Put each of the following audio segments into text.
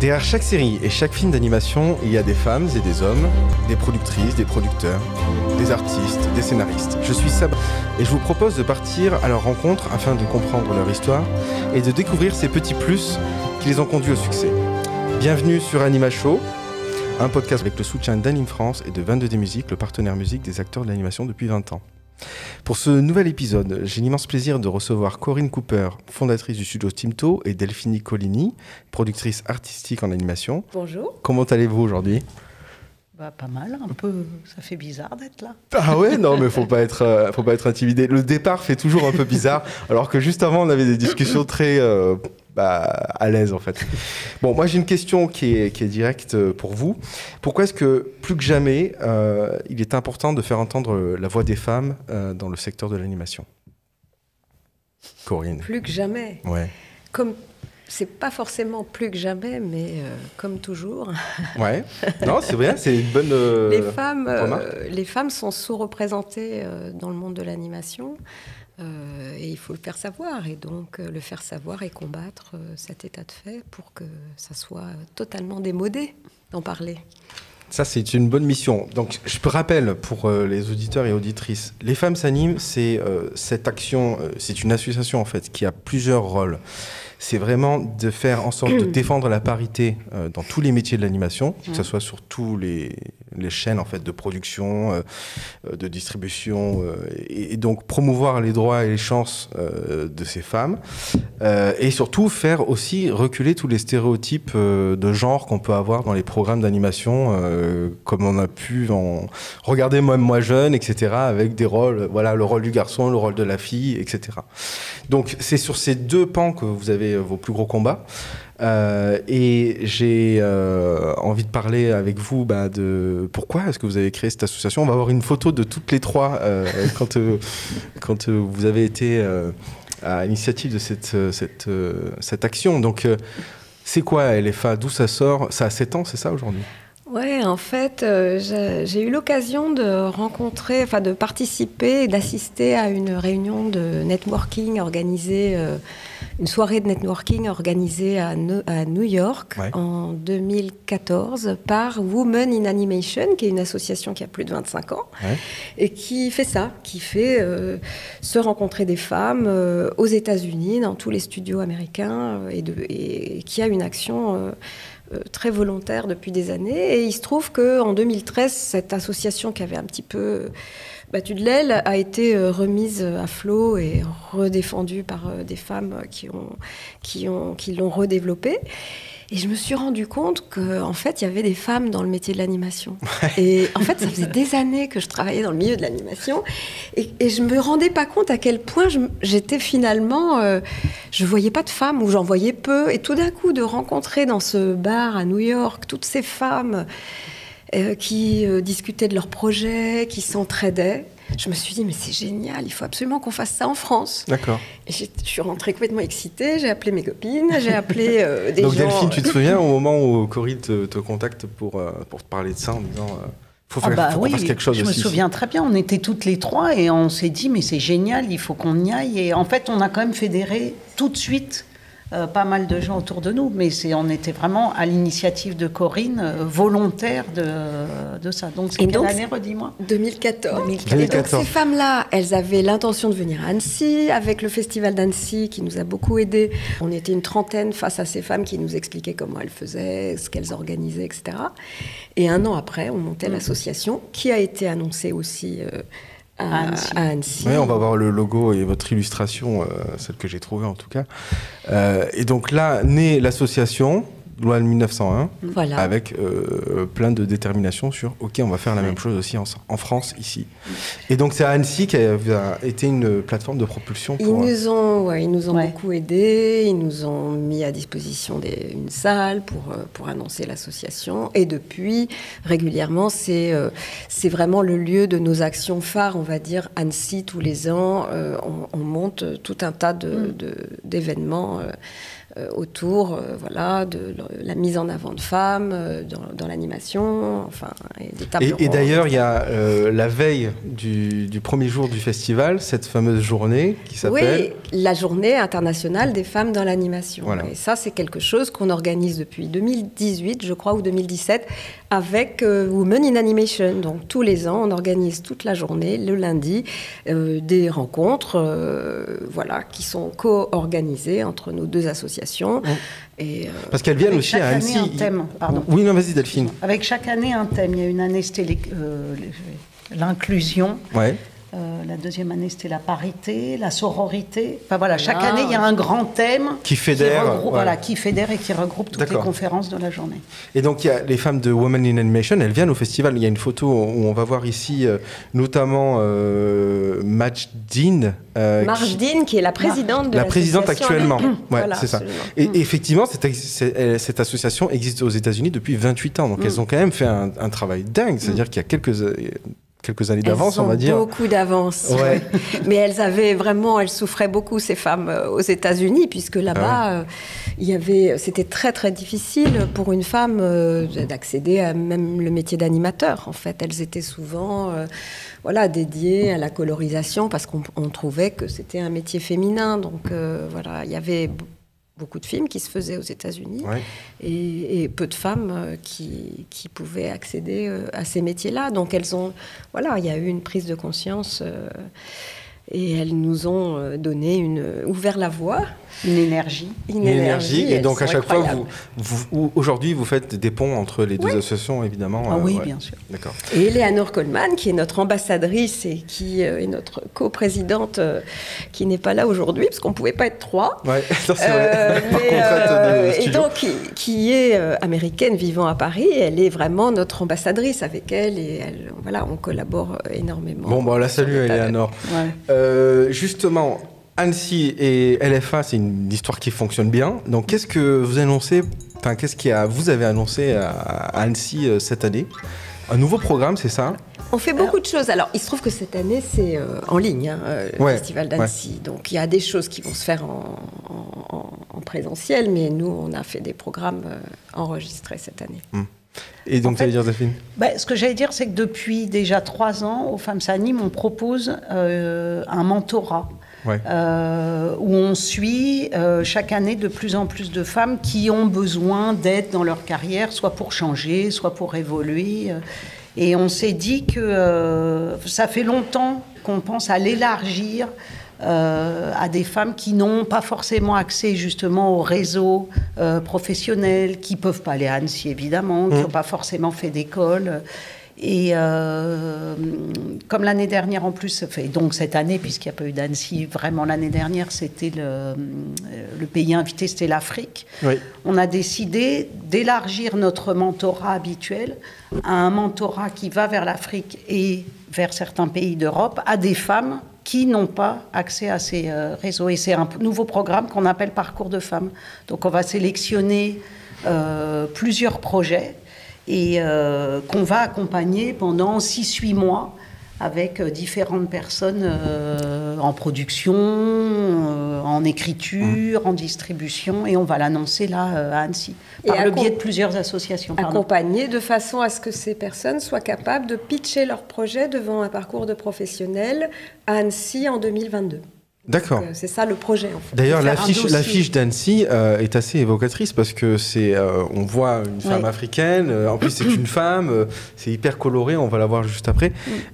Derrière chaque série et chaque film d'animation, il y a des femmes et des hommes, des productrices, des producteurs, des artistes, des scénaristes. Je suis Sab et je vous propose de partir à leur rencontre afin de comprendre leur histoire et de découvrir ces petits plus qui les ont conduits au succès. Bienvenue sur Anima Show, un podcast avec le soutien d'Anime France et de 22D Musique, le partenaire musique des acteurs de l'animation depuis 20 ans. Pour ce nouvel épisode, j'ai l'immense plaisir de recevoir Corinne Cooper, fondatrice du studio Timto, et Delphine Colini, productrice artistique en animation. Bonjour. Comment allez-vous aujourd'hui ? Pas mal, un peu, ça fait bizarre d'être là. Ah ouais, non, mais faut pas être intimidé. Le départ fait toujours un peu bizarre, alors que juste avant, on avait des discussions très à l'aise, en fait. Bon, moi, j'ai une question qui est directe pour vous. Pourquoi est-ce que, plus que jamais, il est important de faire entendre la voix des femmes dans le secteur de l'animation ? Corinne. Plus que jamais. Ouais. C'est pas forcément plus que jamais, mais comme toujours. Ouais. Non, c'est vrai, c'est une bonne remarque. Les femmes sont sous-représentées dans le monde de l'animation et il faut le faire savoir. Et donc, le faire savoir et combattre cet état de fait pour que ça soit totalement démodé d'en parler. Ça, c'est une bonne mission. Donc, je rappelle pour les auditeurs et auditrices, Les Femmes s'animent, c'est cette action, c'est une association en fait qui a plusieurs rôles. C'est vraiment de faire en sorte de défendre la parité dans tous les métiers de l'animation, que ce soit sur tous les chaînes en fait de production, de distribution, et donc promouvoir les droits et les chances de ces femmes, et surtout faire aussi reculer tous les stéréotypes de genre qu'on peut avoir dans les programmes d'animation, comme on a pu en regarder moi jeune, etc., avec des rôles, voilà, le rôle du garçon, le rôle de la fille, etc. Donc c'est sur ces deux pans que vous avez vos plus gros combats. Et j'ai envie de parler avec vous de pourquoi est-ce que vous avez créé cette association. On va avoir une photo de toutes les trois quand vous avez été à l'initiative de cette action. Donc c'est quoi LFA ? D'où ça sort ? Ça a 7 ans, c'est ça aujourd'hui ? Ouais, en fait, j'ai eu l'occasion de participer et d'assister à une réunion de networking organisée, une soirée de networking organisée à New York en 2014 par Women in Animation, qui est une association qui a plus de 25 ans et qui fait ça, qui fait se rencontrer des femmes aux États-Unis, dans tous les studios américains et qui a une action très volontaire depuis des années. Et il se trouve qu'en 2013, cette association qui avait un petit peu battu de l'aile a été remise à flot et redéfendue par des femmes qui l'ont redéveloppée. Et je me suis rendu compte qu'en fait, il y avait des femmes dans le métier de l'animation. Et en fait, ça faisait des années que je travaillais dans le milieu de l'animation. Et je ne me rendais pas compte à quel point j'étais finalement... je ne voyais pas de femmes, ou j'en voyais peu. Et tout d'un coup, de rencontrer dans ce bar à New York toutes ces femmes qui discutaient de leurs projets, qui s'entraidaient, je me suis dit, mais c'est génial, il faut absolument qu'on fasse ça en France. D'accord. Et je suis rentrée complètement excitée, j'ai appelé mes copines, j'ai appelé des gens... Donc Delphine, tu te souviens au moment où Corinne te contacte pour te parler de ça en disant... faut qu'on fasse quelque chose je aussi. Me souviens très bien, on était toutes les trois et on s'est dit, mais c'est génial, il faut qu'on y aille. Et en fait, on a quand même fédéré tout de suite pas mal de gens autour de nous, mais on était vraiment à l'initiative de Corinne, volontaire de ça. Donc c'est quelle année, redis-moi ? 2014. Et donc ces femmes-là, elles avaient l'intention de venir à Annecy, avec le festival d'Annecy qui nous a beaucoup aidés. On était une trentaine face à ces femmes qui nous expliquaient comment elles faisaient, ce qu'elles organisaient, etc. Et 1 an après, on montait l'association, qui a été annoncée aussi... à Annecy. Oui, on va voir le logo et votre illustration, celle que j'ai trouvée en tout cas. Et donc là, naît l'association, loi de 1901, avec plein de détermination sur « Ok, on va faire la même chose aussi en France, ici ». Et donc c'est à Annecy qui a été une plateforme de propulsion pour... Ils nous ont beaucoup aidés, ils nous ont mis à disposition une salle pour annoncer l'association. Et depuis, régulièrement, c'est vraiment le lieu de nos actions phares, on va dire. Annecy, tous les ans, on monte tout un tas d'événements autour voilà, de la mise en avant de femmes dans l'animation, enfin, et des tables rondes. Et d'ailleurs, il y a la veille du premier jour du festival, cette fameuse journée qui s'appelle... Oui, la journée internationale des femmes dans l'animation. Voilà. Et ça, c'est quelque chose qu'on organise depuis 2018, je crois, ou 2017, avec Women in Animation. Donc, tous les ans, on organise toute la journée, le lundi, des rencontres voilà, qui sont co-organisées entre nos deux associations. Et, parce qu'elles viennent aussi à Annecy. Un thème, pardon. Oui, non, vas-y Delphine. Avec chaque année un thème. Il y a une année, c'était l'inclusion. Ouais. La deuxième année, c'était la parité, la sororité. Enfin voilà, chaque année, il y a un grand thème qui fédère, qui fédère et qui regroupe toutes les conférences de la journée. Et donc, il y a les femmes de Women in Animation, elles viennent au festival. Il y a une photo où on va voir ici notamment Marge Dean. Marge Dean, qui est la présidente de la présidente actuellement. Ouais, voilà, c'est ça. Et effectivement, cette association existe aux États-Unis depuis 28 ans. Donc, elles ont quand même fait un travail dingue. C'est-à-dire qu'il y a quelques années d'avance, on va dire. Beaucoup d'avance. Ouais. Mais elles souffraient beaucoup, ces femmes, aux États-Unis, puisque là-bas, c'était très, très difficile pour une femme d'accéder à même le métier d'animateur. En fait, elles étaient souvent dédiées à la colorisation, parce qu'on trouvait que c'était un métier féminin. Donc, il y avait beaucoup de films qui se faisaient aux États-Unis et peu de femmes qui pouvaient accéder à ces métiers-là. Donc il y a eu une prise de conscience et elles nous ont ouvert la voie. Une énergie. Et donc à chaque fois, aujourd'hui, vous faites des ponts entre les deux associations, évidemment. Ah oui, bien sûr. D'accord. Et Eleanor Coleman, qui est notre ambassadrice et qui est notre coprésidente, qui n'est pas là aujourd'hui, parce qu'on ne pouvait pas être trois. Oui, c'est vrai. Et donc, qui est américaine, vivant à Paris. Elle est vraiment notre ambassadrice avec elle. Et on collabore énormément. Bon, on la salue, Eleanor. Ouais. Justement... Annecy et LFA, c'est une histoire qui fonctionne bien. Donc, qu'est-ce que vous annoncez, vous avez annoncé à Annecy cette année? Un nouveau programme, c'est ça? On fait beaucoup de choses. Alors, il se trouve que cette année, c'est en ligne, le Festival d'Annecy. Donc, il y a des choses qui vont se faire en présentiel, mais nous, on a fait des programmes enregistrés cette année. Et donc, tu allais dire, Delphine? Ce que j'allais dire, c'est que depuis déjà 3 ans, aux Femmes s'animent, on propose un mentorat. Où on suit chaque année de plus en plus de femmes qui ont besoin d'aide dans leur carrière, soit pour changer, soit pour évoluer. Et on s'est dit que ça fait longtemps qu'on pense à l'élargir à des femmes qui n'ont pas forcément accès justement au réseau professionnel, qui ne peuvent pas aller à Annecy évidemment, qui n'ont pas forcément fait d'école. Et comme l'année dernière en plus, donc cette année, puisqu'il n'y a pas eu d'Annecy, vraiment l'année dernière, c'était le pays invité, c'était l'Afrique. Oui. On a décidé d'élargir notre mentorat habituel à un mentorat qui va vers l'Afrique et vers certains pays d'Europe, à des femmes qui n'ont pas accès à ces réseaux. Et c'est un nouveau programme qu'on appelle Parcours de femmes. Donc on va sélectionner plusieurs projets et qu'on va accompagner pendant 6-8 mois avec différentes personnes en production, en écriture, en distribution, et on va l'annoncer là à Annecy, par le biais de plusieurs associations. Accompagner de façon à ce que ces personnes soient capables de pitcher leur projet devant un parcours de professionnels à Annecy en 2022. D'accord. Donc, c'est ça le projet en fait. D'ailleurs, l'affiche d'Annecy est assez évocatrice parce que on voit une femme africaine, en plus c'est une femme, c'est hyper coloré, on va la voir juste après.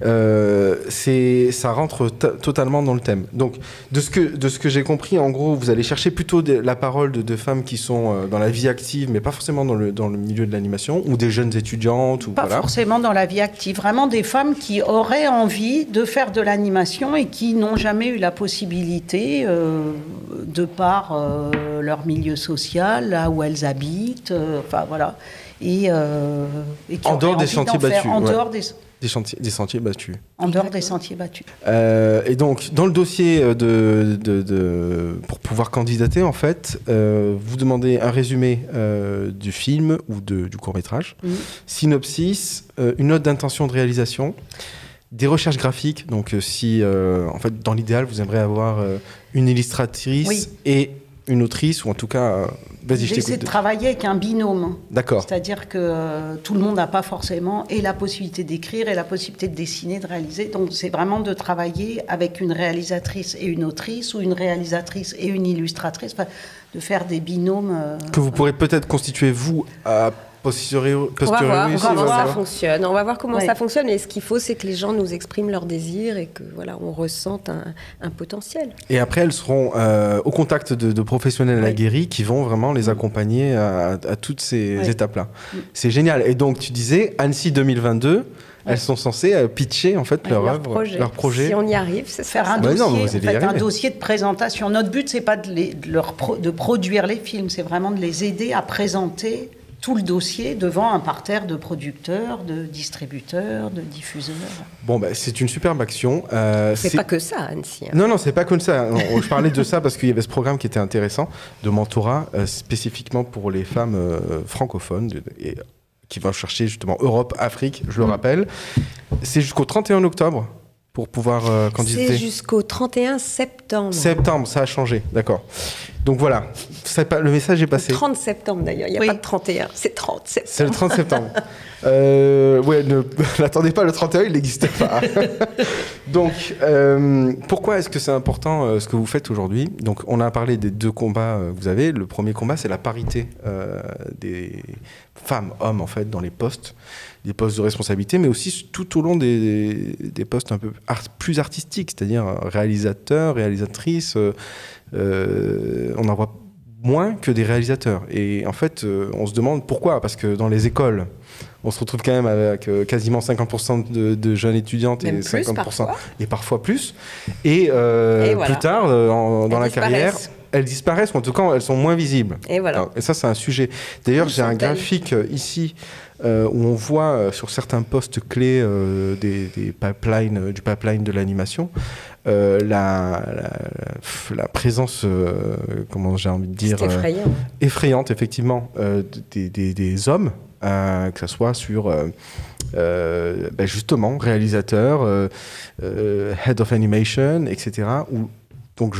Ça rentre totalement dans le thème. Donc, de ce que j'ai compris, en gros, vous allez chercher plutôt la parole de femmes qui sont dans la vie active, mais pas forcément dans le milieu de l'animation, ou des jeunes étudiantes. Pas forcément dans la vie active, vraiment des femmes qui auraient envie de faire de l'animation et qui n'ont jamais eu la possibilité de par leur milieu social, là où elles habitent, enfin voilà, et qui en dehors des sentiers battus. En dehors des sentiers battus. En dehors des sentiers battus. Et donc, dans le dossier pour pouvoir candidater, en fait, vous demandez un résumé du film ou du court-métrage, synopsis, une note d'intention de réalisation, des recherches graphiques, donc en fait, dans l'idéal, vous aimeriez avoir une illustratrice et une autrice, ou en tout cas... Vas-y, je t'écoute. J'essaie de travailler avec un binôme. D'accord. C'est-à-dire que tout le monde n'a pas forcément et la possibilité d'écrire et la possibilité de dessiner, de réaliser. Donc c'est vraiment de travailler avec une réalisatrice et une autrice, ou une réalisatrice et une illustratrice, enfin, de faire des binômes. Que vous pourrez peut-être constituer, vous, à posteriori. On va voir comment ça fonctionne. On va voir comment ça fonctionne. Et ce qu'il faut, c'est que les gens nous expriment leurs désirs et que voilà, on ressente un potentiel. Et après, elles seront au contact de professionnels aguerris qui vont vraiment les accompagner à toutes ces étapes-là. C'est génial. Et donc, tu disais, Annecy 2022... Elles sont censées pitcher en fait leur œuvre, leur projet. Si on y arrive, c'est faire un dossier, un dossier de présentation. Notre but, c'est pas de produire les films, c'est vraiment de les aider à présenter tout le dossier devant un parterre de producteurs, de distributeurs, de diffuseurs. Bon, c'est une superbe action. C'est pas que ça, Annecy. Non, c'est pas que ça. Je parlais de ça parce qu'il y avait ce programme qui était intéressant de mentorat spécifiquement pour les femmes francophones qui va chercher justement Europe, Afrique, je le rappelle. C'est jusqu'au 31 octobre pour pouvoir candidater. C'est jusqu'au 31 septembre. Septembre, ça a changé, d'accord. Donc voilà, le message est passé. Le 30 septembre d'ailleurs, il n'y a pas de 31, c'est 30 septembre. C'est le 30 septembre. N'attendez pas le 31, il n'existe pas. Donc, pourquoi est-ce que c'est important ce que vous faites aujourd'hui? Donc, on a parlé des 2 combats que vous avez. Le premier combat, c'est la parité des femmes, hommes, en fait, dans les postes de responsabilité, mais aussi tout au long des postes un peu plus artistiques, c'est-à-dire réalisateurs, réalisatrices. On en voit moins que des réalisateurs. Et en fait, on se demande pourquoi. Parce que dans les écoles, on se retrouve quand même avec quasiment 50% de jeunes étudiantes et 50% et parfois plus. Et voilà. Plus tard, dans la carrière, elles disparaissent, ou en tout cas, elles sont moins visibles. Et voilà. Alors, et ça, c'est un sujet. D'ailleurs, j'ai un graphique ici où on voit sur certains postes clés du pipeline de l'animation la présence, comment j'ai envie de dire, effrayante, effectivement, des hommes, que ce soit sur justement réalisateur, head of animation, etc. Donc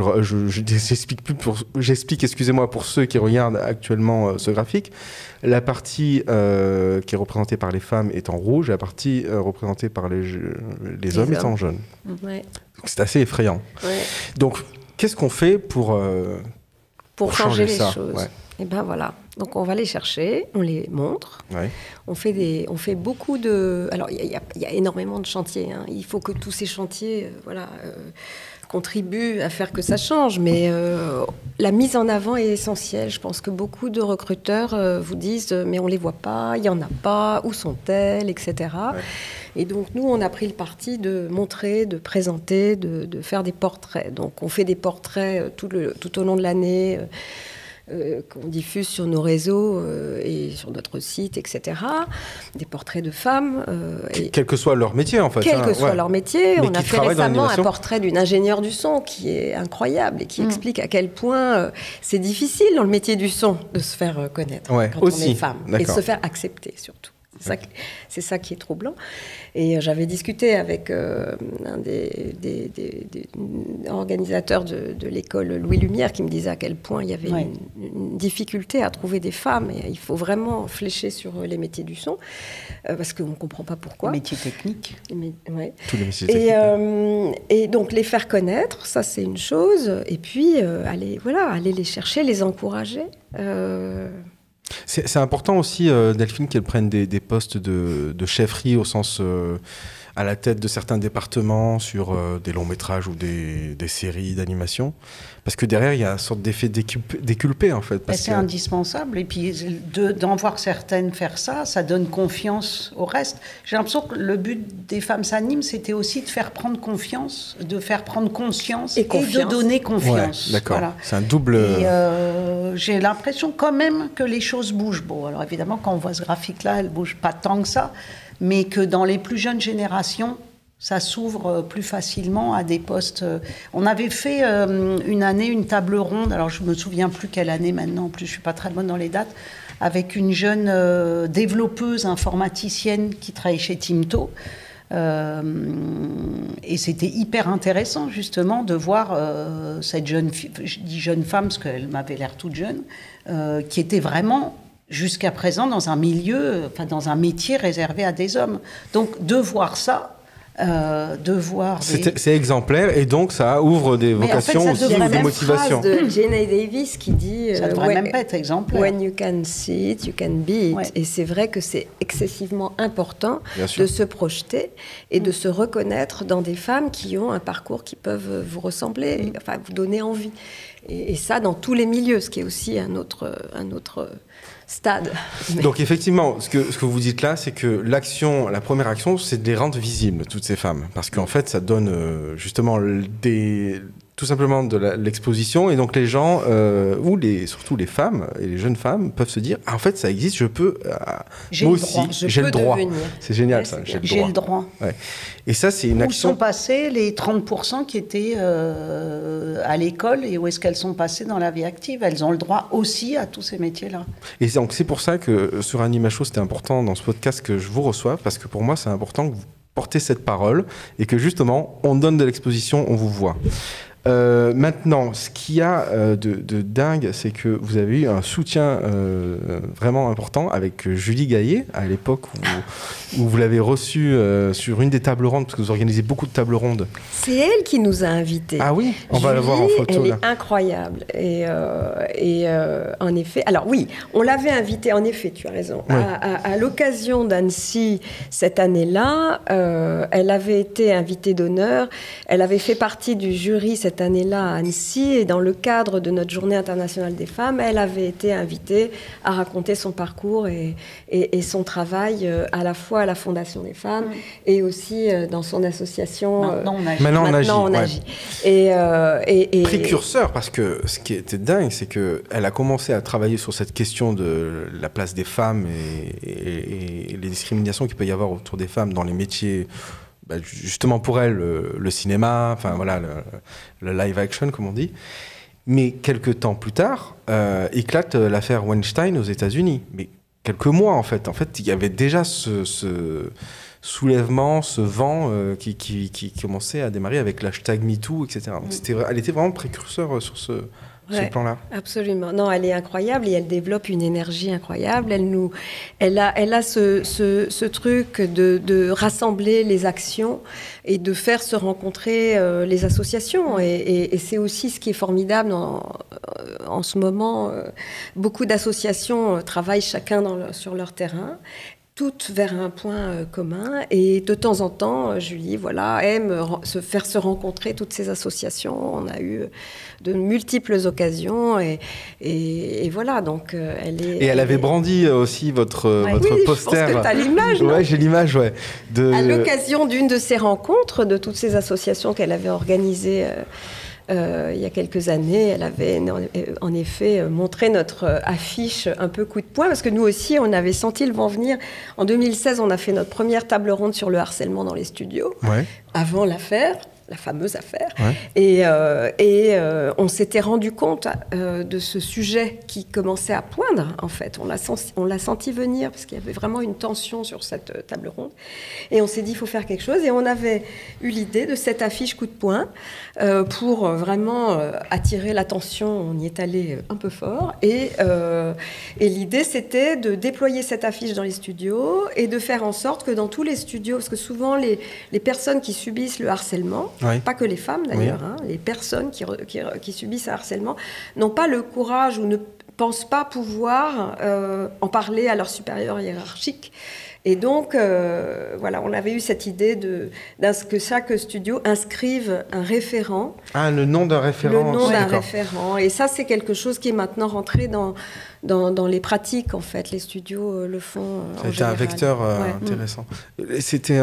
j'explique, excusez-moi, pour ceux qui regardent actuellement ce graphique. La partie qui est représentée par les femmes est en rouge, la partie représentée par les hommes est en jaune. Ouais. Donc c'est assez effrayant. Ouais. Donc qu'est-ce qu'on fait pour changer les choses? Et ben voilà. Donc on va les chercher, on les montre. Ouais. On fait beaucoup de. Alors il y a énormément de chantiers. Hein. Il faut que tous ces chantiers, contribue à faire que ça change, mais la mise en avant est essentielle. Je pense que beaucoup de recruteurs vous disent mais on les voit pas, il y en a pas, où sont-elles, etc. Ouais. Et donc nous on a pris le parti de montrer, de présenter, de faire des portraits. Donc on fait des portraits tout au long de l'année. Qu'on diffuse sur nos réseaux et sur notre site, etc. Des portraits de femmes. Quel que soit leur métier, en fait. Quel que soit leur métier. Mais on a fait récemment un portrait d'une ingénieure du son qui est incroyable et qui explique à quel point c'est difficile dans le métier du son de se faire connaître quand on est femme. Et de se faire accepter, surtout. C'est ça qui est troublant. Et j'avais discuté avec un des organisateurs de l'école Louis Lumière qui me disait à quel point il y avait une difficulté à trouver des femmes. Et il faut vraiment flécher sur les métiers du son parce qu'on ne comprend pas pourquoi. Les métiers techniques. Tous les métiers techniques. Et donc les faire connaître, ça c'est une chose. Et puis aller les chercher, les encourager. C'est important aussi, Delphine, qu'elles prennent des postes de chefferie au sens à la tête de certains départements sur des longs métrages ou des séries d'animation. Parce que derrière, il y a une sorte d'effet déculpé, en fait. C'est indispensable. Et puis, d'en voir certaines faire ça, ça donne confiance au reste. J'ai l'impression que le but des Femmes s'animent, c'était aussi de faire prendre confiance, de faire prendre conscience et de donner confiance. Ouais, d'accord. Voilà. C'est un double... Et j'ai l'impression quand même que les choses bougent. Bon, alors évidemment, quand on voit ce graphique-là, elles ne bougent pas tant que ça, mais que dans les plus jeunes générations, ça s'ouvre plus facilement à des postes. On avait fait une année une table ronde, alors je ne me souviens plus quelle année maintenant, en plus je ne suis pas très bonne dans les dates, avec une jeune développeuse informaticienne qui travaille chez Timto, Et c'était hyper intéressant, justement, de voir cette jeune femme, parce qu'elle m'avait l'air toute jeune, qui était vraiment, jusqu'à présent, dans un milieu, dans un métier réservé à des hommes. Donc, de voir ça, C'est exemplaire, et donc ça ouvre des vocations aussi, ou des motivations. Il y a une phrase de Jenna Davis qui dit ça devrait même pas être exemplaire. When you can see it, you can be it. Et c'est vrai que c'est excessivement important de se projeter et de se reconnaître dans des femmes qui ont un parcours qui peuvent vous ressembler, enfin vous donner envie. Et ça dans tous les milieux, ce qui est aussi un autre stade. Donc effectivement, ce que vous dites là, c'est que la première action, c'est de les rendre visibles, toutes ces femmes. Parce qu'en fait, ça donne justement tout simplement de l'exposition, et donc les gens, surtout les femmes et les jeunes femmes, peuvent se dire en fait ça existe, je peux, moi aussi, j'ai le droit. C'est génial ça, j'ai le droit. Ouais. Et ça, c'est une action. Où sont passés les 30% qui étaient à l'école, et où est-ce qu'elles sont passées dans la vie active? Elles ont le droit aussi à tous ces métiers-là. Et donc c'est pour ça que sur Anima Show, c'était important dans ce podcast que je vous reçoive, parce que pour moi c'est important que vous portez cette parole et que justement on donne de l'exposition, on vous voit. Maintenant, ce qu'il y a de dingue, c'est que vous avez eu un soutien vraiment important avec Julie Gaillet, à l'époque où vous l'avez reçue sur une des tables rondes, parce que vous organisez beaucoup de tables rondes. C'est elle qui nous a invités. Ah oui, on va la voir en photo. Elle là. est incroyable. Et en effet, alors oui, on l'avait invitée, en effet, tu as raison, oui. à l'occasion d'Annecy cette année-là. Elle avait été invitée d'honneur. Elle avait fait partie du jury cette année-là à Annecy, et dans le cadre de notre Journée internationale des femmes, elle avait été invitée à raconter son parcours et son travail à la fois à la Fondation des femmes et aussi dans son association. Maintenant on agit. Et précurseur, parce que ce qui était dingue, c'est qu'elle a commencé à travailler sur cette question de la place des femmes et les discriminations qu'il peut y avoir autour des femmes dans les métiers. Justement pour elle, le cinéma, enfin voilà, le live action comme on dit. Mais quelques temps plus tard, éclate l'affaire Weinstein aux États-Unis. Mais quelques mois en fait, il y avait déjà ce soulèvement, ce vent qui commençait à démarrer avec l'hashtag MeToo, etc. Donc elle était vraiment précurseur sur ce plan-là. Absolument. Non, elle est incroyable et elle développe une énergie incroyable. Elle a ce truc de rassembler les actions et de faire se rencontrer les associations. Et c'est aussi ce qui est formidable en ce moment. Beaucoup d'associations travaillent chacun sur leur terrain, toutes vers un point commun, et de temps en temps, Julie, aime faire se rencontrer toutes ces associations. On a eu de multiples occasions, et voilà, donc elle est... Et elle avait brandi aussi votre poster. Je pense que tu as l'image, non ? Ouais, j'ai l'image, ouais. À l'occasion d'une de ces rencontres, de toutes ces associations qu'elle avait organisées il y a quelques années, elle avait en effet montré notre affiche un peu coup de poing, parce que nous aussi, on avait senti le vent venir. En 2016, on a fait notre première table ronde sur le harcèlement dans les studios, avant l'affaire. La fameuse affaire. Et on s'était rendu compte de ce sujet qui commençait à poindre, en fait. On l'a senti venir, parce qu'il y avait vraiment une tension sur cette table ronde. Et on s'est dit, il faut faire quelque chose. Et on avait eu l'idée de cette affiche coup de poing pour vraiment attirer l'attention. On y est allé un peu fort. Et l'idée, c'était de déployer cette affiche dans les studios et de faire en sorte que dans tous les studios, parce que souvent, les personnes qui subissent le harcèlement, pas que les femmes d'ailleurs, les personnes qui subissent un harcèlement n'ont pas le courage ou ne pensent pas pouvoir en parler à leur supérieur hiérarchique. Et donc, on avait eu cette idée que chaque studio inscrive un référent. Ah, le nom d'un référent. Le nom d'un référent. Et ça, c'est quelque chose qui est maintenant rentré dans les pratiques, en fait. Les studios le font en général. C'était un vecteur intéressant. C'était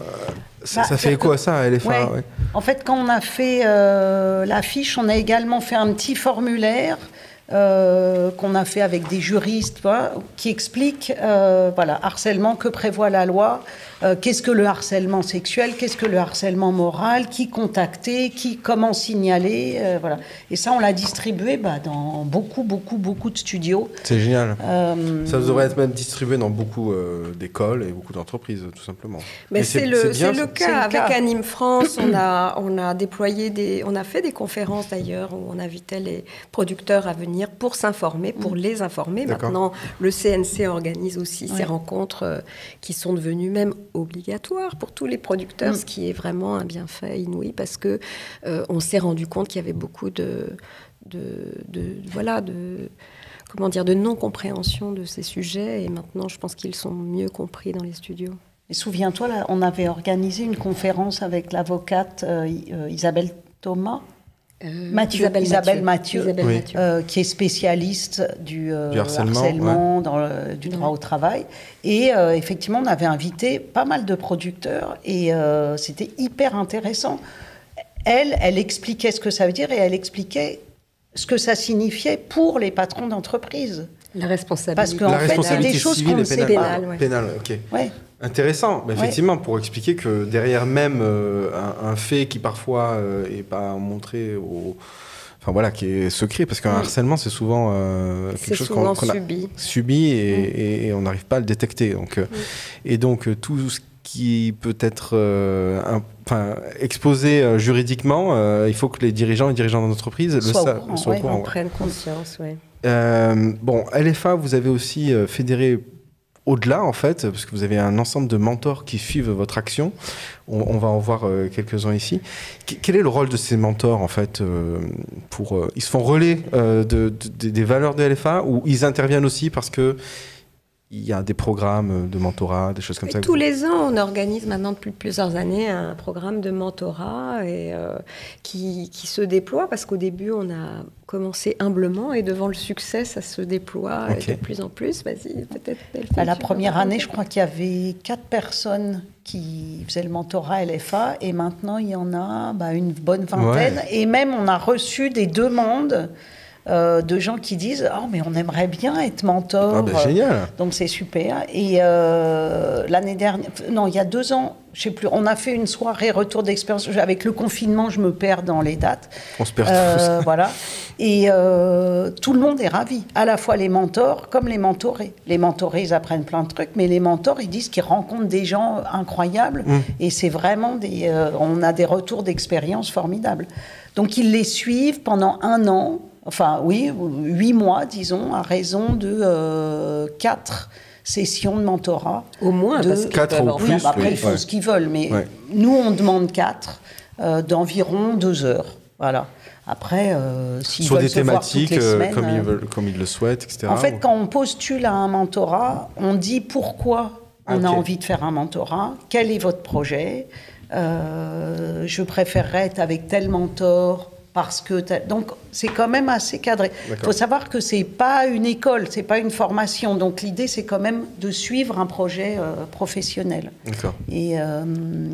ça fait écho à ça, à LFA. Ouais. En fait, quand on a fait l'affiche, on a également fait un petit formulaire qu'on a fait avec des juristes, voilà, qui expliquent harcèlement, que prévoit la loi, qu'est-ce que le harcèlement sexuel, qu'est-ce que le harcèlement moral, qui contacter, comment signaler, voilà. Et ça, on l'a distribué dans beaucoup de studios. C'est génial. Ça devrait être même distribué dans beaucoup d'écoles et beaucoup d'entreprises, tout simplement. Mais c'est le cas. Avec Anime France, on a déployé on a fait des conférences d'ailleurs où on invitait les producteurs à venir pour s'informer, pour les informer. D'accord. Maintenant, le CNC organise aussi ces rencontres qui sont devenues même obligatoires pour tous les producteurs, ce qui est vraiment un bienfait inouï parce que on s'est rendu compte qu'il y avait beaucoup de non-compréhension de ces sujets et maintenant, je pense qu'ils sont mieux compris dans les studios. Et souviens-toi, là, on avait organisé une conférence avec l'avocate Isabelle Thomas. Isabelle Mathieu, qui est spécialiste du harcèlement, du droit au travail. Et effectivement, on avait invité pas mal de producteurs et c'était hyper intéressant. Elle expliquait ce que ça veut dire et elle expliquait ce que ça signifiait pour les patrons d'entreprise. La responsabilité. Parce qu'en fait, il y a des choses qu'on ne sait pas. Pénale, ok. Ouais. Intéressant, mais effectivement, pour expliquer que derrière même un fait qui parfois n'est pas montré qui est secret, parce qu'un harcèlement, c'est souvent quelque chose qu'on a subi et on n'arrive pas à le détecter. Donc, et donc, tout ce qui peut être exposé juridiquement, il faut que les dirigeants et dirigeantes d'entreprise soient au courant. En prennent conscience, oui. LFA, vous avez aussi fédéré au-delà, en fait, parce que vous avez un ensemble de mentors qui suivent votre action. On va en voir quelques-uns ici. Quel est le rôle de ces mentors, en fait, ils se font relais des valeurs de LFA ou ils interviennent aussi parce que il y a des programmes de mentorat, des choses comme ça? Tous les ans, on organise maintenant depuis plusieurs années un programme de mentorat et, qui se déploie parce qu'au début, on a commencé humblement et devant le succès, ça se déploie de plus en plus. Vas-y, peut-être. La première année, je crois qu'il y avait 4 personnes qui faisaient le mentorat LFA et maintenant, il y en a une bonne vingtaine. Ouais. Et même, on a reçu des demandes de gens qui disent « Oh, mais on aimerait bien être mentor. » Génial. Donc, c'est super. Et l'année dernière... Non, il y a 2 ans, je ne sais plus, on a fait une soirée retour d'expérience. Avec le confinement, je me perds dans les dates. On se perd tous. Voilà. Et tout le monde est ravi. À la fois les mentors comme les mentorés. Les mentorés, ils apprennent plein de trucs, mais les mentors, ils disent qu'ils rencontrent des gens incroyables. Et c'est vraiment on a des retours d'expérience formidables. Donc, ils les suivent pendant 1 an. Enfin, oui, 8 mois, disons, à raison de 4 sessions de mentorat. Au moins, parce 4 ou plus. Après, ils font ce qu'ils veulent, mais nous, on demande 4 d'environ 2 heures. Voilà. Après, s'ils veulent se voir toutes les semaines... comme ils le souhaitent, etc. En fait, quand on postule à un mentorat, on dit pourquoi on a envie de faire un mentorat, quel est votre projet, je préférerais être avec tel mentor... Parce que donc c'est quand même assez cadré. Il faut savoir que c'est pas une école, c'est pas une formation. Donc l'idée c'est quand même de suivre un projet professionnel. D'accord. Et là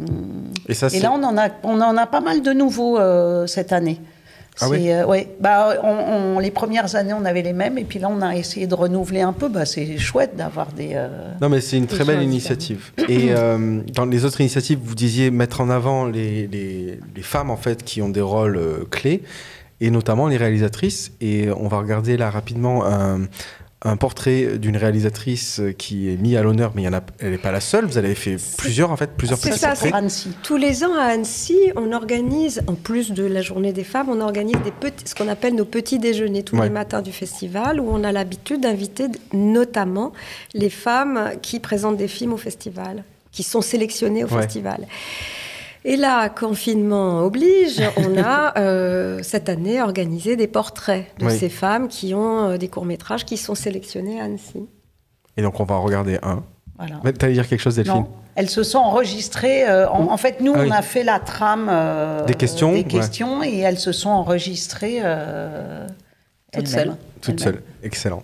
on en a pas mal de nouveaux cette année. Ah oui. Les premières années on avait les mêmes et puis là on a essayé de renouveler un peu. C'est chouette d'avoir des. Non mais c'est une très belle initiative. Et dans les autres initiatives, vous disiez mettre en avant les femmes en fait qui ont des rôles clés et notamment les réalisatrices. Et on va regarder là rapidement un portrait d'une réalisatrice qui est mis à l'honneur, mais elle n'est pas la seule. Vous avez fait plusieurs petits portraits. Annecy. Tous les ans à Annecy, on organise, en plus de la journée des femmes, on organise ce qu'on appelle nos petits déjeuners tous les matins du festival, où on a l'habitude d'inviter notamment les femmes qui présentent des films au festival, qui sont sélectionnées au festival. Et là, confinement oblige, on a cette année organisé des portraits de ces femmes qui ont des courts-métrages qui sont sélectionnés à Annecy. Et donc, on va en regarder un. Voilà. Tu allais dire quelque chose, Delphine? Non, elles se sont enregistrées. En fait, nous, on a fait la trame des questions et elles se sont enregistrées toutes seules. Toutes seules. Excellent.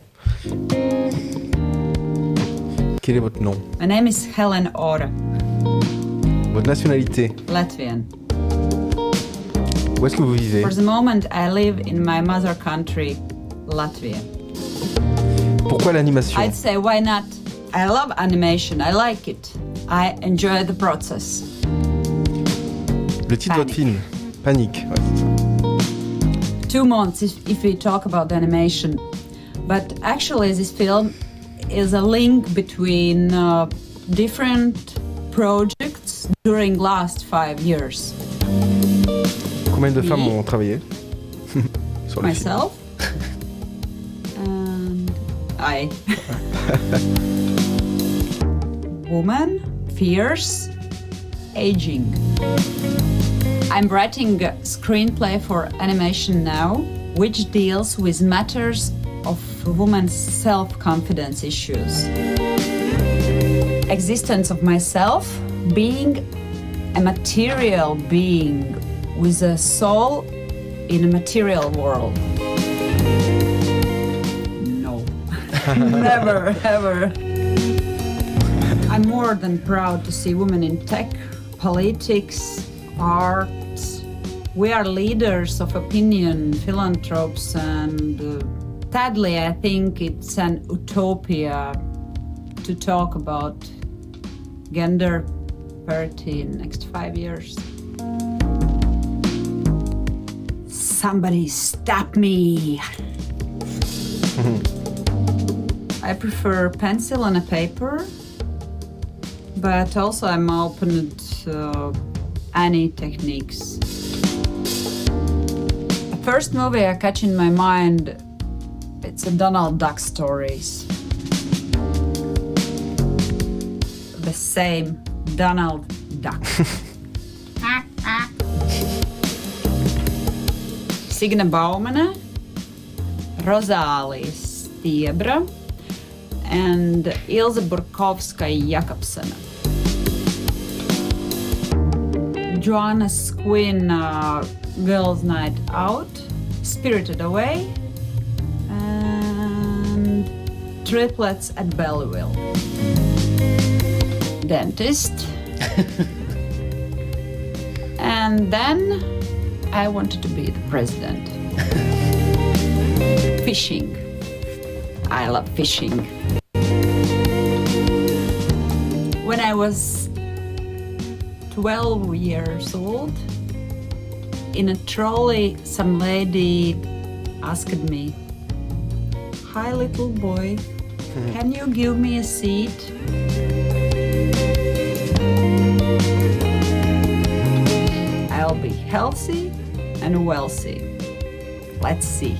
Quel est votre nom? My name is Helen Ore. Votre nationalité? Latvian. Où est-ce que vous vivez? For the moment, I live in my mother country, Latvia. Pourquoi l'animation? I'd say why not? I love animation. I like it. I enjoy the process. Le titre de votre film, Panique. Ouais. 2 months if we talk about the animation. But actually this film is a link between different projects during last 5 years. Combien de femmes ont travaillé sur le film? Myself and I. Woman, fierce, aging. I'm writing a screenplay for animation now, which deals with matters of women's self-confidence issues. Existence of myself, being a material being with a soul in a material world. No. Never, ever. I'm more than proud to see women in tech, politics, arts. We are leaders of opinion, philanthropes, and sadly, I think it's an utopia to talk about gender parity in the next 5 years. Somebody stop me! I prefer pencil and a paper, but also I'm open to any techniques. The first movie I catch in my mind, it's a Donald Duck stories. The same Donald Duck. Signe Baumane, Rozālija Stiebra, and Ilze Burkovska-Jakobsena. Joanna Quinn, Girls' Night Out, Spirited Away, and Triplets at Belleville. Dentist. And then I wanted to be the president. Fishing. I love fishing. When I was 12 years old, in a trolley, some lady asked me, "Hi, little boy, can you give me a seat?" I'll be healthy and wealthy. Let's see.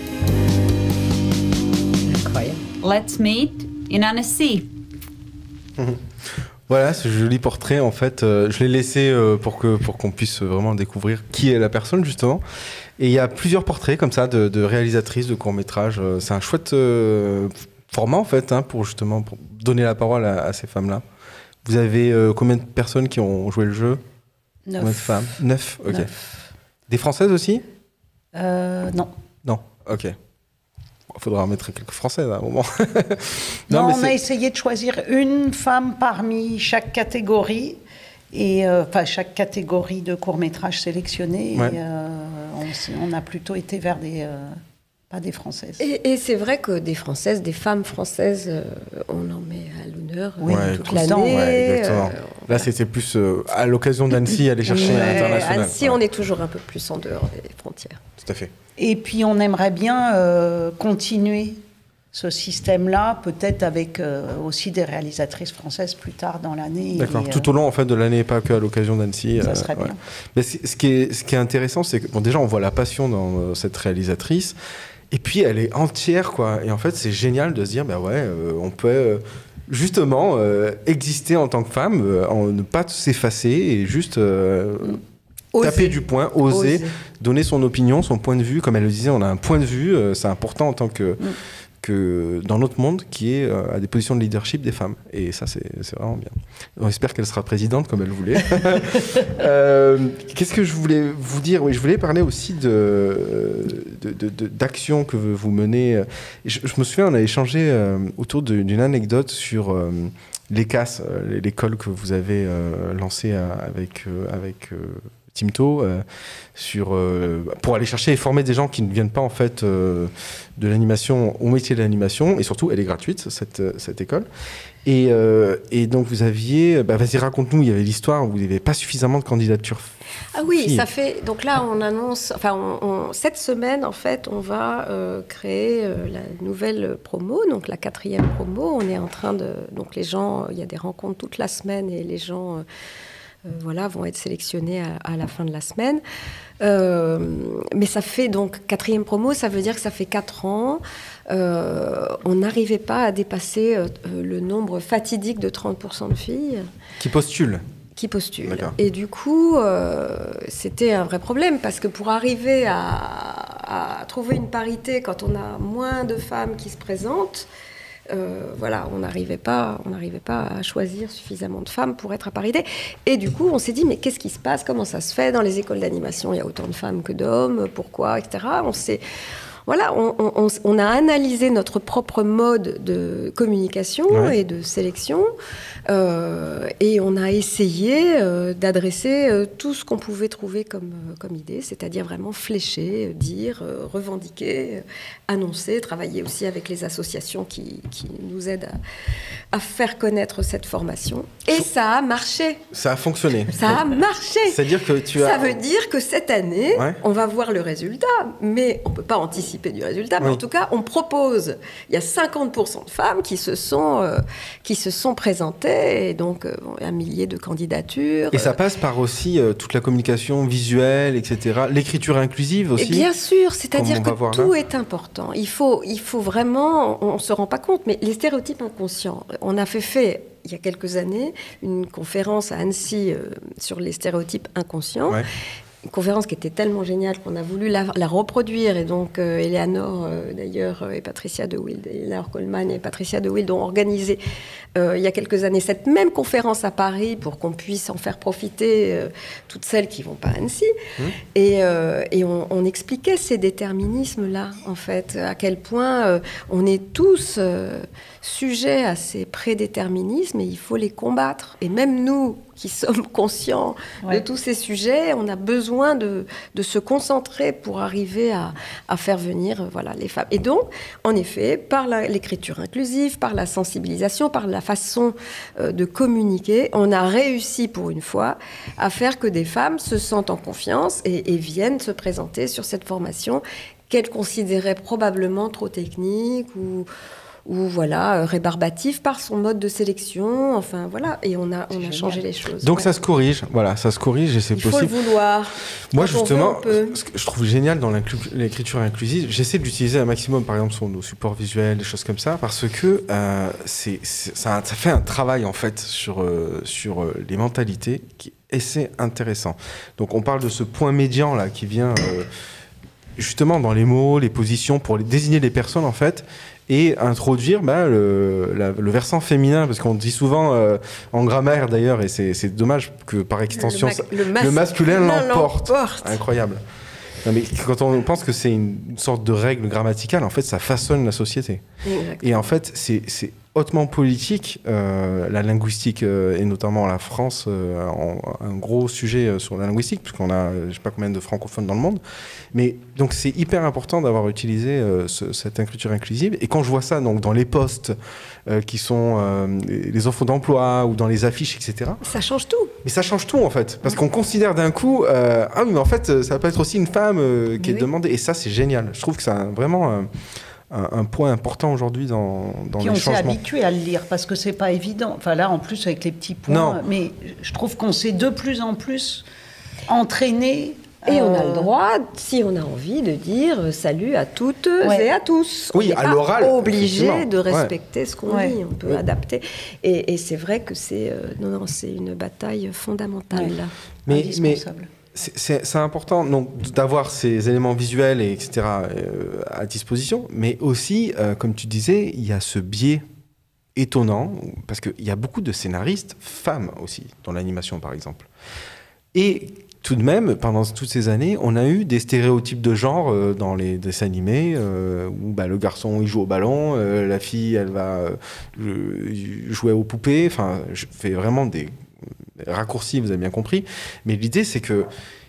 Incroyable. Let's meet in Annecy. Voilà, ce joli portrait, en fait, je l'ai laissé pour qu'on puisse vraiment découvrir qui est la personne, justement. Et il y a plusieurs portraits comme ça de réalisatrices de courts-métrages. C'est un chouette format, en fait, hein, pour donner la parole à ces femmes-là. Vous avez combien de personnes qui ont joué le jeu? 9. Combien de femmes? 9, ok. 9. Des Françaises aussi? Non. Non, ok. Il faudra en mettre quelques Françaises à un moment. Non, mais on a essayé de choisir une femme parmi chaque catégorie, et chaque catégorie de court-métrage sélectionné. Ouais. Et, on a plutôt été vers pas des Françaises. Et c'est vrai que des Françaises, des femmes françaises, on en met à l'honneur toute tout le temps, l'année. Ouais, exactement. Là, c'était plus à l'occasion d'Annecy, aller chercher l'international. Annecy, on est toujours un peu plus en dehors des frontières. Tout à fait. Et puis on aimerait bien continuer ce système-là, peut-être avec aussi des réalisatrices françaises plus tard dans l'année. D'accord, tout au long en fait, de l'année, pas qu'à l'occasion d'Annecy. Ça serait bien. Mais ce qui est intéressant, c'est que bon, déjà on voit la passion dans cette réalisatrice, et puis elle est entière, quoi. Et en fait, c'est génial de se dire, on peut justement exister en tant que femme, ne pas s'effacer et juste... taper du poing, oser, donner son opinion, son point de vue. Comme elle le disait, on a un point de vue, c'est important en tant que dans notre monde, qui est à des positions de leadership des femmes. Et ça, c'est vraiment bien. On espère qu'elle sera présidente comme elle voulait. Qu'est-ce que je voulais vous dire? Oui, je voulais parler aussi d'actions que vous menez. Je me souviens, on a échangé autour d'une anecdote sur l'ECAS, l'école que vous avez lancée avec Timto, pour aller chercher et former des gens qui ne viennent pas en fait de l'animation au métier de l'animation, et surtout elle est gratuite cette école. Et donc vous aviez, vas-y raconte-nous, il y avait l'histoire où vous n'avez pas suffisamment de candidatures. Ah oui, ça fait. Donc là, on annonce. Enfin, cette semaine, en fait, on va créer la nouvelle promo, donc la 4e promo. On est en train de. Donc les gens, il y a des rencontres toute la semaine et les gens, vont être sélectionnés à la fin de la semaine. Mais ça fait donc 4e promo, ça veut dire que ça fait 4 ans. On n'arrivait pas à dépasser le nombre fatidique de 30% de filles Qui postulent. Et du coup, c'était un vrai problème parce que pour arriver à trouver une parité quand on a moins de femmes qui se présentent, on n'arrivait pas à choisir suffisamment de femmes pour être à parité. Et du coup, on s'est dit, mais qu'est-ce qui se passe? Comment ça se fait? Dans les écoles d'animation, il y a autant de femmes que d'hommes. Pourquoi? Etc. On a analysé notre propre mode de communication et de sélection et on a essayé d'adresser tout ce qu'on pouvait trouver comme idée, c'est-à-dire vraiment flécher, dire, revendiquer, annoncer, travailler aussi avec les associations qui nous aident à faire connaître cette formation. Et ça a marché. Ça a fonctionné. Ça a marché. C'est-à-dire que Ça veut dire que cette année, on va voir le résultat, mais on ne peut pas anticiper du résultat, mais en tout cas, on propose. Il y a 50% de femmes qui se sont présentées, et donc 1 millier de candidatures. Et ça passe par aussi toute la communication visuelle, etc. L'écriture inclusive aussi. Et bien sûr, c'est-à-dire que tout est important. Il faut vraiment, on ne se rend pas compte, mais les stéréotypes inconscients. On a fait il y a quelques années une conférence à Annecy sur les stéréotypes inconscients. Ouais. Une conférence qui était tellement géniale qu'on a voulu la reproduire. Et donc, Eleanor, d'ailleurs, et Patricia de Wild, Eleanor Coleman et Patricia de Wild ont organisé, il y a quelques années, cette même conférence à Paris pour qu'on puisse en faire profiter toutes celles qui ne vont pas à Annecy. Et on expliquait ces déterminismes-là, en fait, à quel point on est tous sujets à ces prédéterminismes et il faut les combattre. Et même nous, qui sommes conscients de tous ces sujets, on a besoin de se concentrer pour arriver à faire venir les femmes. Et donc, en effet, par l'écriture inclusive, par la sensibilisation, par la façon de communiquer, on a réussi pour une fois à faire que des femmes se sentent en confiance et viennent se présenter sur cette formation qu'elles considéraient probablement trop technique ou rébarbatif par son mode de sélection, et on a changé les choses. Donc ça se corrige, ça se corrige et c'est possible. Il faut le vouloir. Moi justement, ce que je trouve génial dans l'écriture inclusive, j'essaie d'utiliser un maximum, par exemple, sur nos supports visuels, des choses comme ça, parce que ça fait un travail en fait sur les mentalités et c'est intéressant. Donc on parle de ce point médian là qui vient justement dans les mots, les positions pour désigner les personnes en fait. Et introduire le versant féminin, parce qu'on dit souvent en grammaire d'ailleurs, et c'est dommage que par extension le masculin l'emporte. Incroyable. Non, mais quand on pense que c'est une sorte de règle grammaticale, en fait ça façonne la société. Exactement. Et en fait c'est hautement politique, la linguistique, et notamment la France, un gros sujet sur la linguistique, puisqu'on a je ne sais pas combien de francophones dans le monde. Mais donc c'est hyper important d'avoir utilisé cette écriture inclusive. Et quand je vois ça donc, dans les postes qui sont les offres d'emploi ou dans les affiches, etc. Ça change tout. Mais ça change tout en fait. Parce qu'on considère d'un coup, ah oui, mais en fait, ça peut être aussi une femme qui est demandée. Et ça, c'est génial. Je trouve que c'est vraiment un point important aujourd'hui dans les changements. On s'est habitué à le lire parce que c'est pas évident. Enfin là, en plus avec les petits points. Non. Mais je trouve qu'on s'est de plus en plus entraîné. Et on a le droit, si on a envie, de dire salut à toutes et à tous. Oui, à l'oral. On n'est pas obligé de respecter ce qu'on dit. On peut adapter. Et c'est vrai que c'est une bataille fondamentale. Mais indispensable. C'est important d'avoir ces éléments visuels, etc. À disposition, mais aussi, comme tu disais, il y a ce biais étonnant, parce qu'il y a beaucoup de scénaristes femmes aussi, dans l'animation par exemple. Et tout de même, pendant toutes ces années, on a eu des stéréotypes de genre dans les dessins animés, où le garçon il joue au ballon, la fille elle va jouer aux poupées, enfin je fais vraiment des raccourcis, vous avez bien compris, mais l'idée c'est que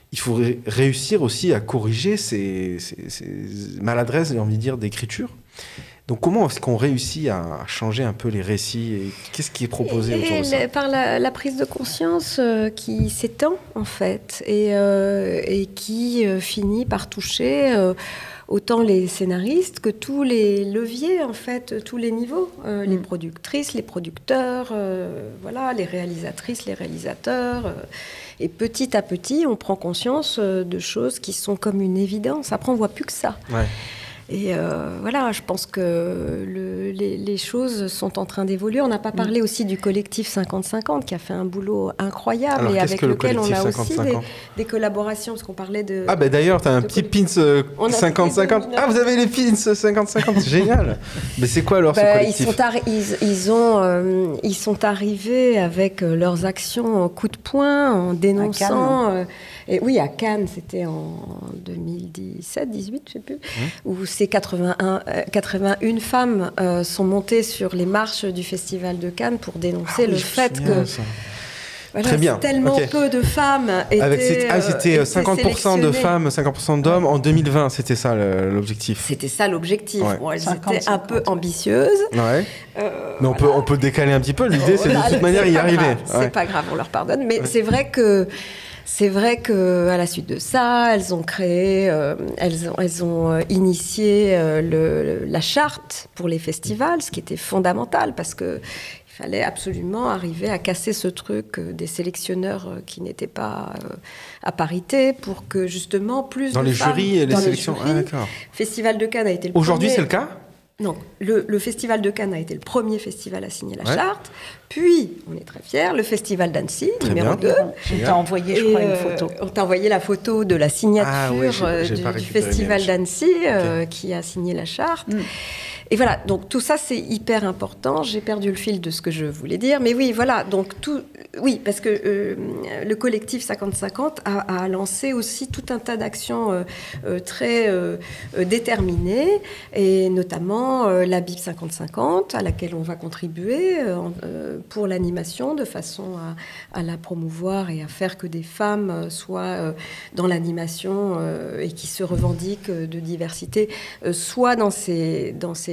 il faut réussir aussi à corriger ces maladresses, j'ai envie de dire, d'écriture. Donc comment est-ce qu'on réussit à changer un peu les récits et qu'est-ce qui est proposé autour de ça? Par la prise de conscience qui s'étend en fait et qui finit par toucher autant les scénaristes que tous les leviers en fait, tous les niveaux, les productrices, les producteurs, voilà, les réalisatrices, les réalisateurs. Et petit à petit, on prend conscience de choses qui sont comme une évidence. Après, on voit plus que ça. Ouais. Et voilà, je pense que les choses sont en train d'évoluer. On n'a pas parlé aussi du collectif 50-50 qui a fait un boulot incroyable. Alors, et avec lequel on a 50 aussi des collaborations, parce qu'on parlait de... Ah ben d'ailleurs, tu as un petit pins 50-50. Ah, vous avez les pins 50-50, c'est génial. Mais c'est quoi alors ce collectif? Ils sont arrivés avec leurs actions en coup de poing, en dénonçant... et oui, à Cannes, c'était en 2017-18, je sais plus, où ces 81 femmes sont montées sur les marches du Festival de Cannes pour dénoncer le fait que... Voilà, très bien. Tellement peu de femmes étaient c'était 50% de femmes, 50% d'hommes. En 2020, c'était ça l'objectif. C'était ça l'objectif. Ouais. Bon, elles étaient un peu ambitieuses. Ouais. Mais on peut décaler un petit peu. L'idée, c'est de toute manière y arriver. C'est pas grave, on leur pardonne. Mais c'est vrai que à la suite de ça, elles ont créé, elles ont initié la charte pour les festivals, ce qui était fondamental parce que il fallait absolument arriver à casser ce truc des sélectionneurs qui n'étaient pas à parité pour que justement plus dans de les femmes jurys et les dans sélections. Les jurys. Ah, d'accord. Festival de Cannes a été le Aujourd'hui, premier... c'est le cas ? Non, le Festival de Cannes a été le premier festival à signer la charte. Puis, on est très fiers, le Festival d'Annecy, numéro 2. On t'a envoyé, je crois, une photo. On t'a envoyé la photo de la signature du Festival d'Annecy qui a signé la charte. Et voilà, donc tout ça, c'est hyper important. J'ai perdu le fil de ce que je voulais dire. Mais oui, voilà, donc oui, parce que le collectif 50-50 a lancé aussi tout un tas d'actions très déterminées, et notamment la Bible 50-50, à laquelle on va contribuer pour l'animation, de façon à la promouvoir et à faire que des femmes soient dans l'animation et qui se revendiquent de diversité, soit dans ces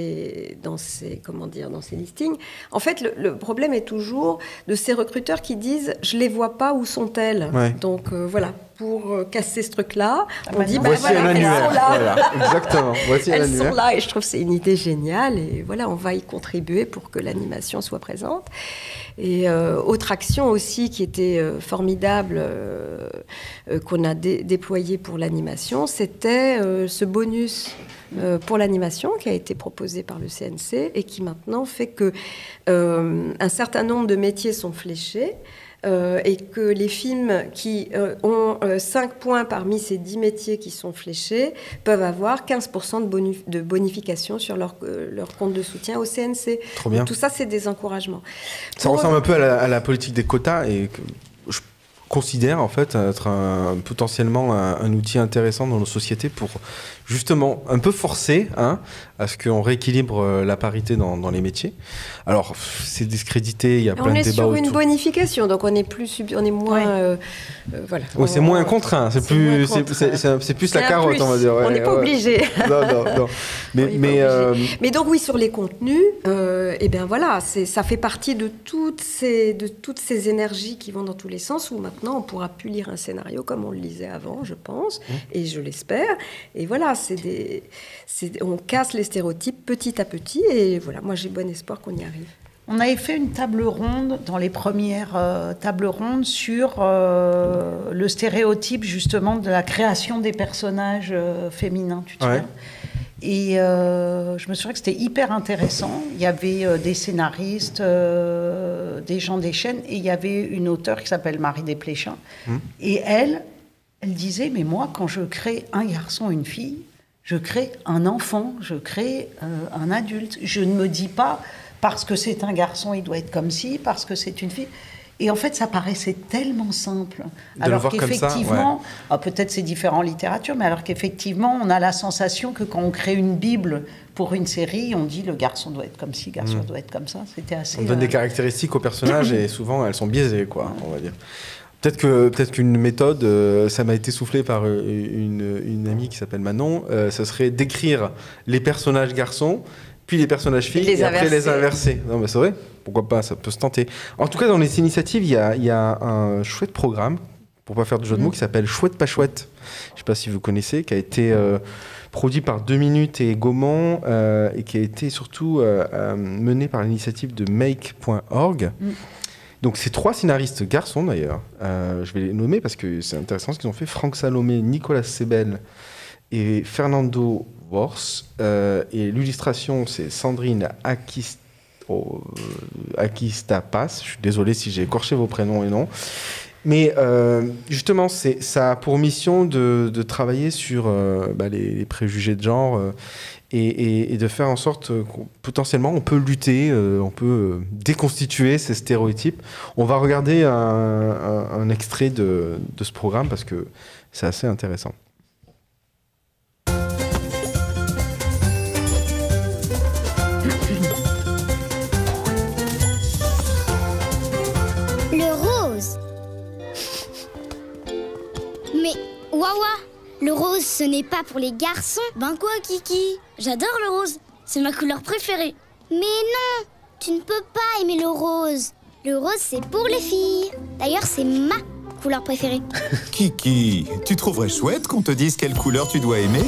listings. En fait, le problème est toujours de ces recruteurs qui disent « je les vois pas, où sont-elles ?» Donc voilà, pour casser ce truc-là, on dit voici un annuaire. Elles sont là. Voilà, exactement. Voici elles un annuaire. sont là, et je trouve que c'est une idée géniale, et voilà, on va y contribuer pour que l'animation soit présente. Et autre action aussi qui était formidable, qu'on a déployé pour l'animation, c'était ce bonus pour l'animation qui a été proposé par le CNC et qui maintenant fait que un certain nombre de métiers sont fléchés. Et que les films qui ont 5 points parmi ces 10 métiers qui sont fléchés peuvent avoir 15% de bonification sur leur compte de soutien au CNC. Trop bien. Donc, tout ça, c'est des encouragements. Ça ressemble un peu à la politique des quotas, et je considère en fait être potentiellement un outil intéressant dans nos sociétés pour justement un peu forcer à ce qu'on rééquilibre la parité dans les métiers. Alors c'est discrédité, il y a plein de débats autour. On est sur une bonification, donc on est moins voilà. Oui, c'est moins contraint, c'est plus la carotte, on va dire. On n'est pas obligé. Non. Mais donc oui, sur les contenus, et bien voilà, ça fait partie de toutes ces énergies qui vont dans tous les sens, où maintenant on pourra plus lire un scénario comme on le lisait avant, je pense, et je l'espère. Et voilà, on casse les stéréotypes petit à petit, et voilà, moi j'ai bon espoir qu'on y arrive. On avait fait une table ronde, dans les premières tables rondes, sur le stéréotype justement de la création des personnages féminins, tu te souviens ? Et je me souviens que c'était hyper intéressant. Il y avait des scénaristes, des gens des chaînes, et il y avait une auteure qui s'appelle Marie Desplechin. Et elle disait, mais moi, quand je crée un garçon, une fille, je crée un enfant, je crée un adulte. Je ne me dis pas, parce que c'est un garçon, il doit être comme ci, parce que c'est une fille. Et en fait, ça paraissait tellement simple. Alors qu'effectivement, peut-être c'est différent en littérature, mais alors qu'effectivement, on a la sensation que quand on crée une Bible pour une série, on dit le garçon doit être comme ci, le garçon doit être comme ça. C'était assez... On donne des caractéristiques aux personnages et souvent elles sont biaisées, quoi, on va dire. Peut-être qu'une méthode, ça m'a été soufflé par une amie qui s'appelle Manon, ce serait d'écrire les personnages garçons, puis les personnages filles, et après les inverser. Non, mais c'est vrai, pourquoi pas, ça peut se tenter. En tout cas, dans les initiatives, il y a un chouette programme, pour pas faire de jeu de mots, qui s'appelle Chouette pas chouette. Je sais pas si vous connaissez, qui a été produit par 2 minutes et Gaumont, et qui a été surtout mené par l'initiative de make.org. Donc, c'est 3 scénaristes garçons, d'ailleurs. Je vais les nommer parce que c'est intéressant ce qu'ils ont fait. Franck Salomé, Nicolas Sebel et Fernando Wors. Et l'illustration, c'est Sandrine Akistapas. Je suis désolé si j'ai écorché vos prénoms et noms. Mais justement, ça a pour mission de travailler sur les préjugés de genre et de faire en sorte qu'on, potentiellement, on peut lutter, on peut déconstituer ces stéréotypes. On va regarder un extrait de ce programme parce que c'est assez intéressant. Wawa, le rose, ce n'est pas pour les garçons. Ben quoi, Kiki? J'adore le rose. C'est ma couleur préférée. Mais non, tu ne peux pas aimer le rose. Le rose, c'est pour les filles. D'ailleurs, c'est ma couleur préférée. Kiki, tu trouverais chouette qu'on te dise quelle couleur tu dois aimer?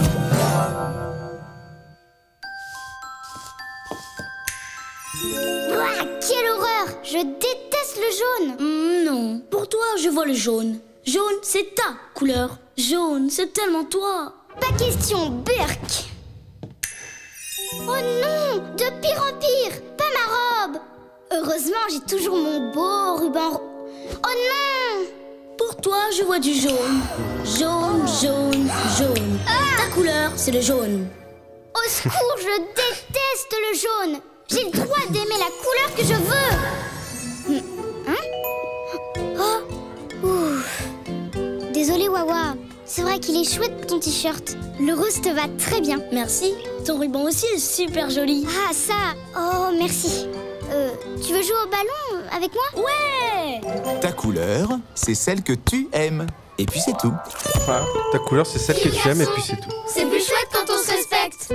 Ouah, quelle horreur! Je déteste le jaune. Non, pour toi, je vois le jaune. Jaune, c'est ta couleur. Jaune, c'est tellement toi. Pas question, Burk. Oh non, de pire en pire, pas ma robe. Heureusement, j'ai toujours mon beau ruban. Oh non! Pour toi, je vois du jaune. Jaune, jaune, jaune. Ta couleur, c'est le jaune. Au secours, je déteste le jaune. J'ai le droit d'aimer la couleur que je veux. Hein? Oh, ouf. Désolée, Wawa. C'est vrai qu'il est chouette ton t-shirt. Le rose te va très bien. Merci. Ton ruban aussi est super joli. Ah, ça. Oh, merci. Tu veux jouer au ballon avec moi? Ouais! Ta couleur, c'est celle que tu aimes. Et puis c'est tout. Voilà. Ta couleur, c'est celle que tu aimes et puis c'est tout. C'est plus chouette quand on se respecte.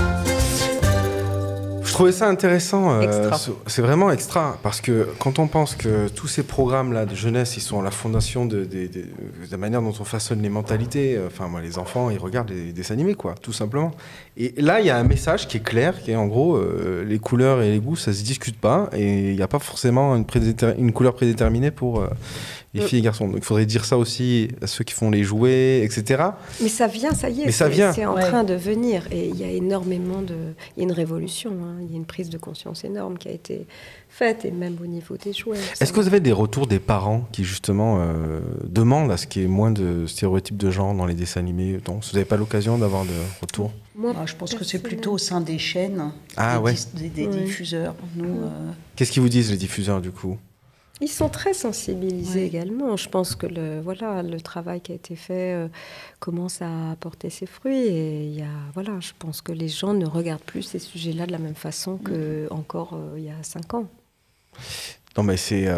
Je trouvais ça intéressant. Extra. C'est vraiment extra. Parce que quand on pense que tous ces programmes-là de jeunesse, ils sont la fondation de la manière dont on façonne les mentalités. Enfin, moi, les enfants, ils regardent les dessins animés, quoi, tout simplement. Et là, il y a un message qui est clair, qui est en gros, les couleurs et les goûts, ça se discute pas. Et il n'y a pas forcément une couleur prédéterminée pour les filles et garçons. Donc, il faudrait dire ça aussi à ceux qui font les jouets, etc. Mais ça vient, ça y est. Mais ça vient. C'est en train de venir. Et il y a énormément de... Il y a une révolution, hein. Il y a une prise de conscience énorme qui a été faite, et même au niveau des jouets. Est-ce que vous avez des retours des parents qui, justement, demandent à ce qu'il y ait moins de stéréotypes de genre dans les dessins animés? Donc, vous n'avez pas l'occasion d'avoir de retours? Moi, Je pense que c'est plutôt au sein des chaînes, Ah, des diffuseurs. Nous, Qu'est-ce qu'ils vous disent, les diffuseurs, du coup? Ils sont très sensibilisés également. Je pense que le travail qui a été fait commence à porter ses fruits. Et je pense que les gens ne regardent plus ces sujets-là de la même façon qu'encore il y a 5 ans. Non, mais c'est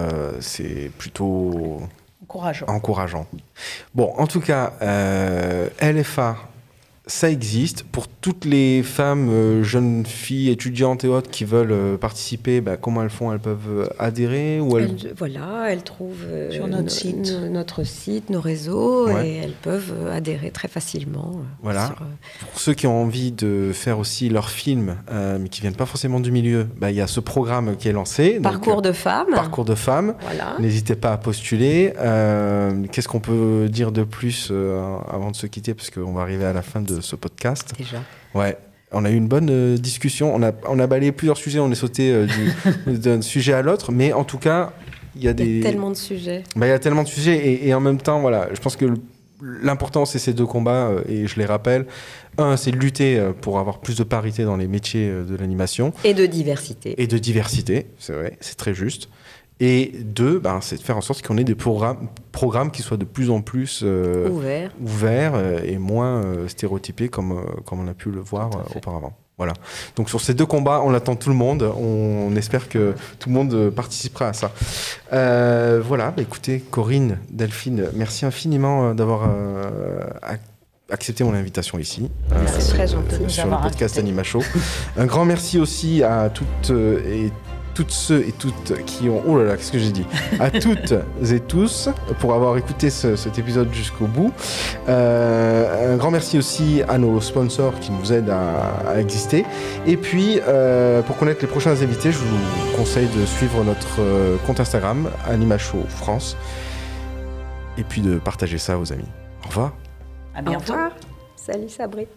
plutôt encourageant. Bon, en tout cas, LFA, ça existe. Pour toutes les femmes, jeunes filles, étudiantes et autres qui veulent participer, comment elles font? Elles peuvent adhérer ou elles trouvent sur notre site, nos réseaux, Ouais. et elles peuvent adhérer très facilement. Voilà. Pour ceux qui ont envie de faire aussi leur film, mais qui viennent pas forcément du milieu, il y a ce programme qui est lancé. Parcours de femmes. Parcours de femmes. Voilà. N'hésitez pas à postuler. Qu'est-ce qu'on peut dire de plus avant de se quitter, parce qu'on va arriver à la fin de ce podcast. Déjà. Ouais. On a eu une bonne discussion. On a balayé plusieurs sujets. On est sauté d'un sujet à l'autre, mais en tout cas, il y a tellement de sujets. Il y a tellement de sujets et en même temps, voilà, je pense que l'important, c'est ces deux combats, et je les rappelle. Un, c'est de lutter pour avoir plus de parité dans les métiers de l'animation. Et de diversité. Et de diversité, c'est vrai, c'est très juste. Et deux, c'est de faire en sorte qu'on ait des programmes qui soient de plus en plus ouverts et moins stéréotypés comme on a pu le voir auparavant. Voilà. Donc sur ces 2 combats, on attend tout le monde. On espère que tout le monde participera à ça. Voilà, écoutez, Corinne, Delphine, merci infiniment d'avoir accepté mon invitation ici. C'est très gentil. Sur le podcast Anima Show. Un grand merci aussi à toutes ceux et toutes qui ont... Oh là là, qu'est-ce que j'ai dit ? À toutes et tous pour avoir écouté cet épisode jusqu'au bout. Un grand merci aussi à nos sponsors qui nous aident à exister. Et puis, pour connaître les prochains invités, je vous conseille de suivre notre compte Instagram, Anima Show France. Et puis de partager ça aux amis. Au revoir. À bientôt. Au revoir. Salut Sabri.